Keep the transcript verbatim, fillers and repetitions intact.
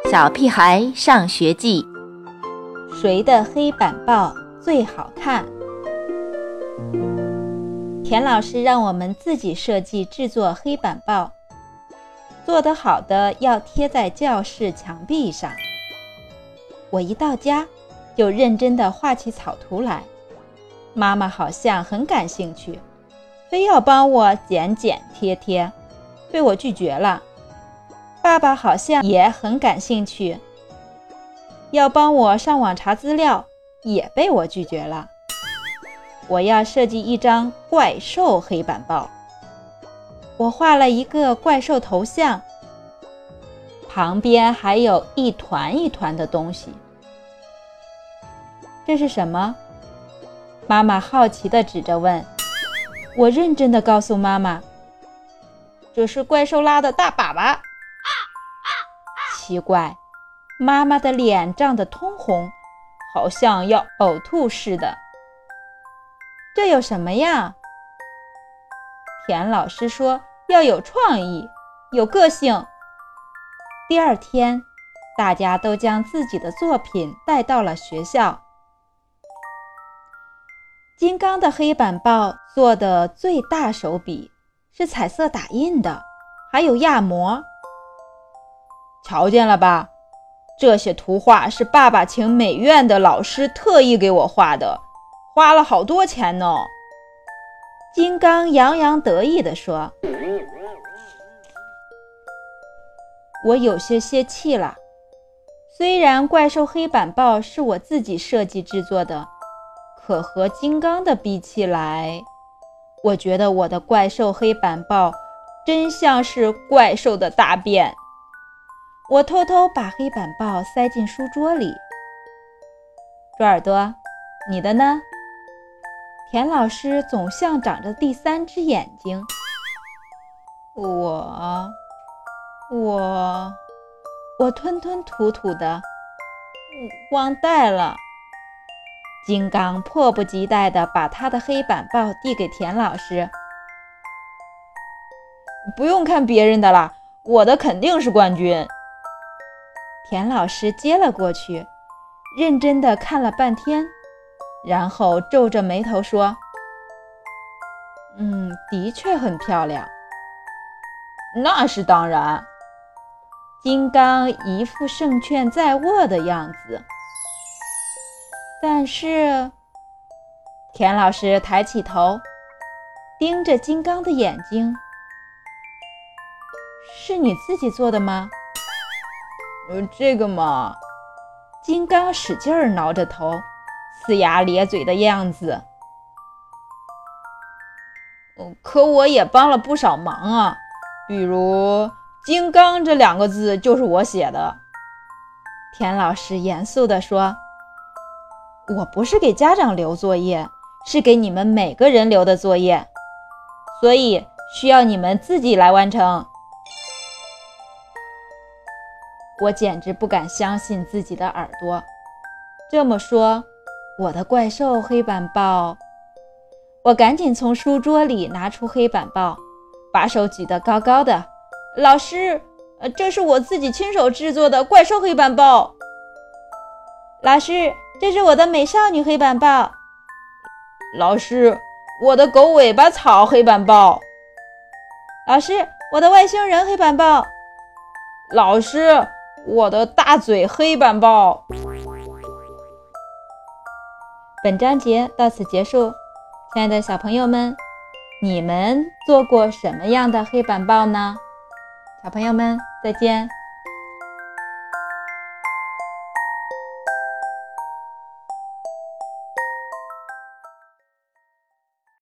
小屁孩上学记， 谁的黑板报最好看？田老师让我们自己设计制作黑板报，做得好的要贴在教室墙壁上。我一到家就认真地画起草图来，妈妈好像很感兴趣，非要帮我剪剪贴贴，被我拒绝了。爸爸好像也很感兴趣，要帮我上网查资料，也被我拒绝了。我要设计一张怪兽黑板报，我画了一个怪兽头像，旁边还有一团一团的东西。这是什么？妈妈好奇地指着问。我认真地告诉妈妈，这是怪兽拉的大粑粑。奇怪，妈妈的脸涨得通红，好像要呕吐似的。这有什么呀？田老师说要有创意，有个性。第二天，大家都将自己的作品带到了学校。金刚的黑板报做的最大手笔，是彩色打印的，还有压模。瞧见了吧？这些图画是爸爸请美院的老师特意给我画的，花了好多钱呢。金刚洋洋得意地说。我有些泄气了，虽然怪兽黑板报是我自己设计制作的，可和金刚的比起来，我觉得我的怪兽黑板报真像是怪兽的大便。我偷偷把黑板报塞进书桌里。猪耳朵，你的呢？田老师总像长着第三只眼睛。我我我吞吞吐吐的忘带了。金刚迫不及待地把他的黑板报递给田老师。不用看别人的啦，我的肯定是冠军。田老师接了过去，认真地看了半天，然后皱着眉头说：嗯，的确很漂亮。那是当然。金刚一副胜券在握的样子。但是，田老师抬起头，盯着金刚的眼睛。是你自己做的吗？呃，这个嘛……金刚使劲儿挠着头，呲牙咧嘴的样子。可我也帮了不少忙啊，比如金刚这两个字就是我写的。田老师严肃地说。我不是给家长留作业，是给你们每个人留的作业，所以需要你们自己来完成。我简直不敢相信自己的耳朵。这么说，我的怪兽黑板报……我赶紧从书桌里拿出黑板报，把手举得高高的。老师，呃，这是我自己亲手制作的怪兽黑板报。老师，这是我的美少女黑板报。老师，我的狗尾巴草黑板报。老师，我的外星人黑板报。老师，我的大嘴黑板报。本章节到此结束，亲爱的小朋友们，你们做过什么样的黑板报呢？小朋友们，再见。